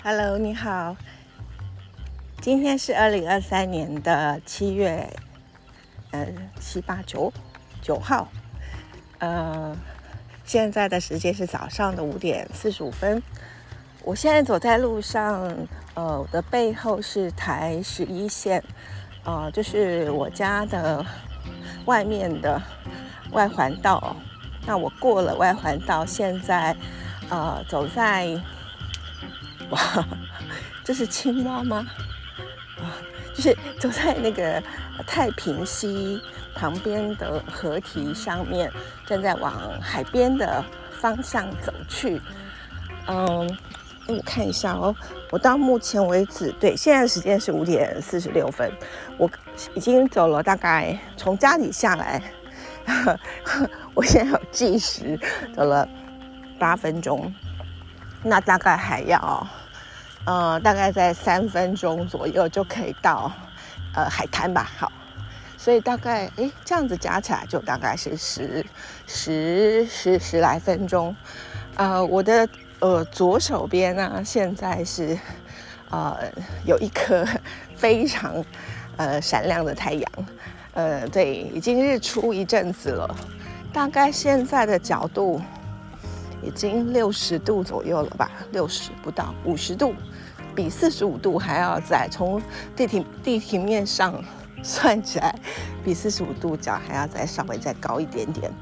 Hello， 你好。今天是2023年的7月7、8、9号。现在的时间是早上的5点45分。我现在走在路上，我的背后是台11线，就是我家的外面的外环道。那我过了外环道，现在走在哇，这是青蛙吗？就是走在那个太平溪旁边的河堤上面，正在往海边的方向走去。我看一下哦，我到目前为止，对，现在时间是5点46分，我已经走了大概从家里下来，我现在有计时，走了8分钟，那大概还要大概在3分钟左右就可以到海滩吧。好，所以大概这样子加起来就大概是十来分钟。我的左手边呢，现在是有一颗非常闪亮的太阳。对，已经日出一阵子了，大概现在的角度已经60度左右了吧，60不到50度，比45度还要再从地平面上算起来，比45度角还要再稍微再高一点点。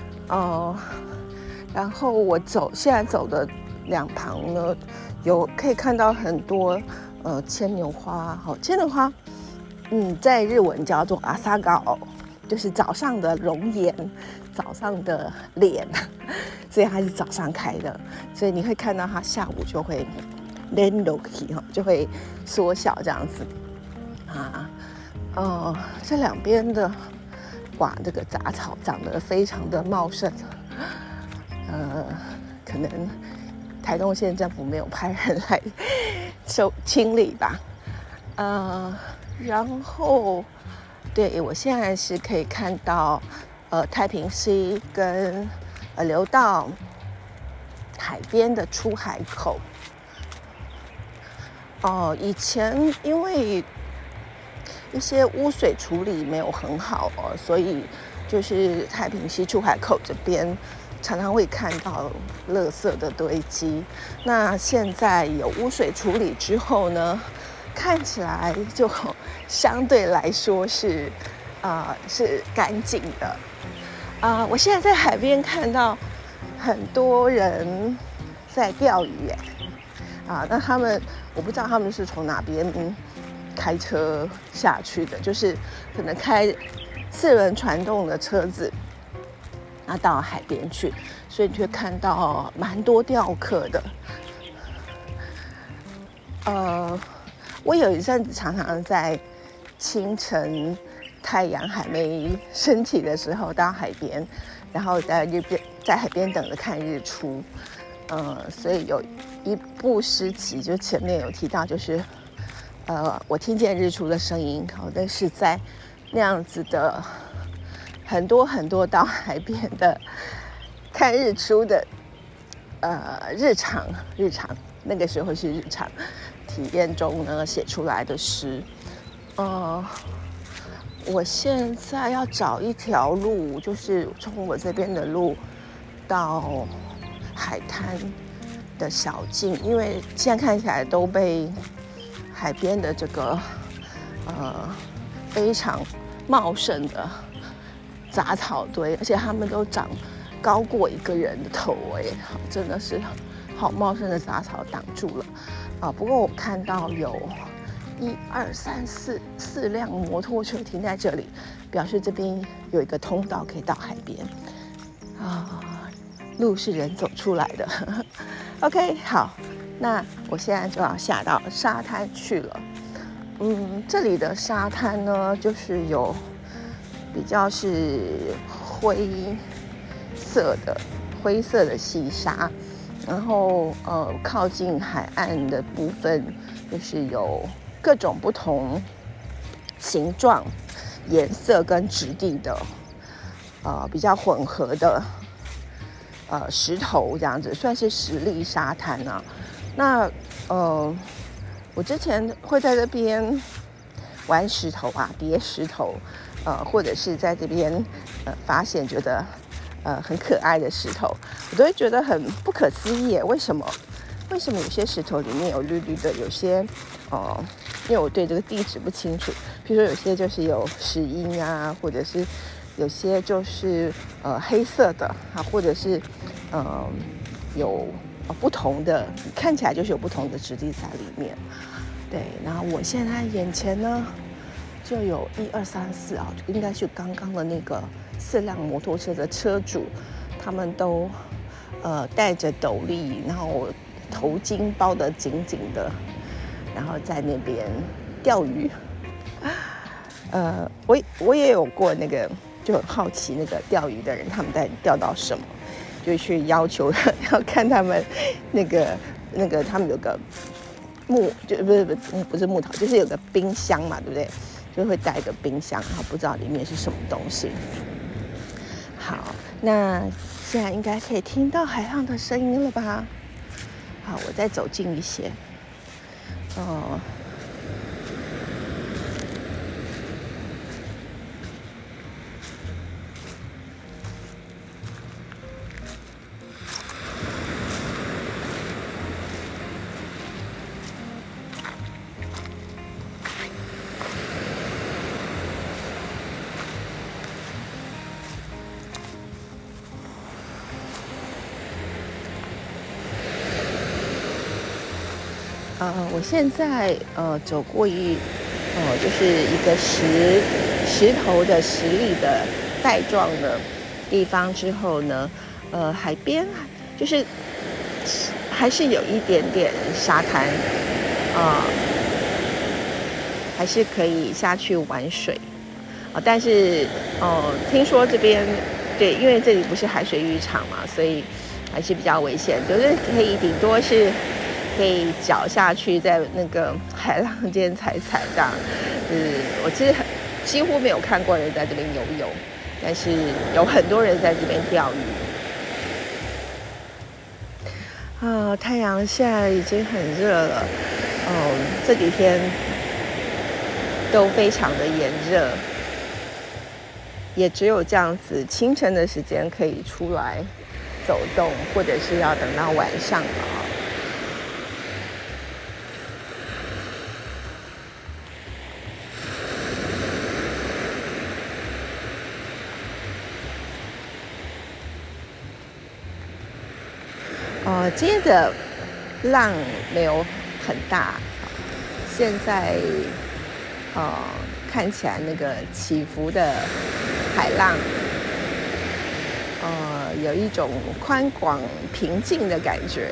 然后我现在走的两旁呢，可以看到很多牵牛花。好，牵牛花，在日文叫做阿萨嘎哦，就是早上的容颜，早上的脸，所以它是早上开的，所以你会看到它下午就会就会缩小这样子这两边的这个杂草长得非常的茂盛，可能台东县政府没有派人来清理吧。然后对，我现在是可以看到太平溪跟流到海边的出海口。以前因为一些污水处理没有很好所以就是太平溪出海口这边常常会看到垃圾的堆积。那现在有污水处理之后呢，看起来就相对来说是干净的。我现在在海边看到很多人在钓鱼那他们我不知道他们是从哪边开车下去的，就是可能开4轮传动的车子，到海边去，所以你会看到蛮多钓客的。我有一阵子常常在清晨太阳还没升起的时候到海边，然后在海边等着看日出。所以有一部诗集，就前面有提到，就是我听见日出的声音，但是在那样子的很多到海边的看日出的日常，那个时候是日常体验中呢写出来的诗。我现在要找一条路，就是从我这边的路到海滩的小径，因为现在看起来都被海边的这个非常茂盛的杂草堆，而且它们都长高过一个人的头真的是好茂盛的杂草挡住了不过我看到有1、2、3、4辆摩托车停在这里，表示这边有一个通道可以到海边路是人走出来的。OK， 好，那我现在就要下到沙滩去了。这里的沙滩呢，就是有比较是灰色的细沙，然后靠近海岸的部分就是有各种不同形状、颜色跟质地的比较混合的石头，这样子算是石砾沙滩那我之前会在这边玩石头啊，叠石头，或者是在这边发现觉得很可爱的石头，我都会觉得很不可思议。为什么有些石头里面有绿绿的，有些因为我对这个地质不清楚，比如说有些就是有石英啊，或者是有些就是黑色的啊，或者是有不同的，看起来就是有不同的质地在里面。对，然后我现在眼前呢就有1、2、3、4啊，应该是刚刚的那个4辆摩托车的车主，他们都戴着斗笠，然后头巾包得紧紧的，然后在那边钓鱼。我也有过那个，就很好奇那个钓鱼的人他们在钓到什么，就去要求要看他们那个他们有个不是木头，就是有个冰箱嘛，对不对？就会带一个冰箱，然后不知道里面是什么东西。好，那现在应该可以听到海浪的声音了吧？好，我再走近一些。我现在走过就是一个石头的实力的带状的地方之后呢，海边就是还是有一点点沙滩，还是可以下去玩水，但是听说这边对，因为这里不是海水浴场嘛，所以还是比较危险，就是可以顶多是可以脚下去在那个海浪间踩这样。我其实几乎没有看过人在这边游泳，但是有很多人在这边钓鱼。太阳现在已经很热了，这几天都非常的炎热，也只有这样子清晨的时间可以出来走动，或者是要等到晚上了。今天的浪没有很大，现在看起来那个起伏的海浪，有一种宽广平静的感觉。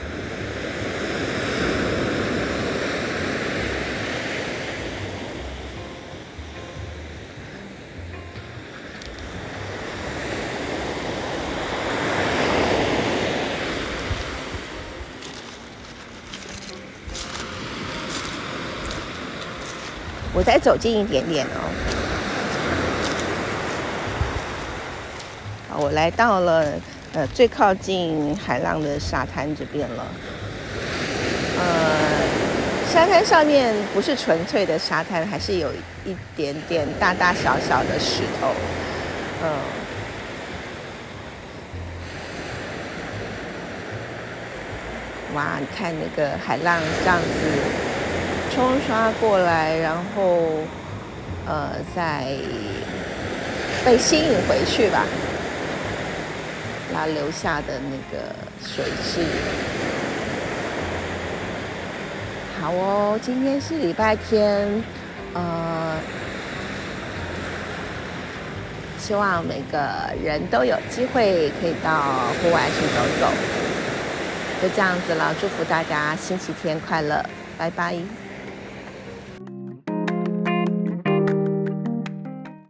我再走近一点点哦。好，我来到了最靠近海浪的沙滩这边了。沙滩上面不是纯粹的沙滩，还是有一点点大大小小的石头。哇，你看那个海浪这样子冲刷过来，然后再被吸引回去吧，它留下的那个水势。好哦，今天是礼拜天，希望每个人都有机会可以到户外去走走。就这样子了，祝福大家星期天快乐，拜拜。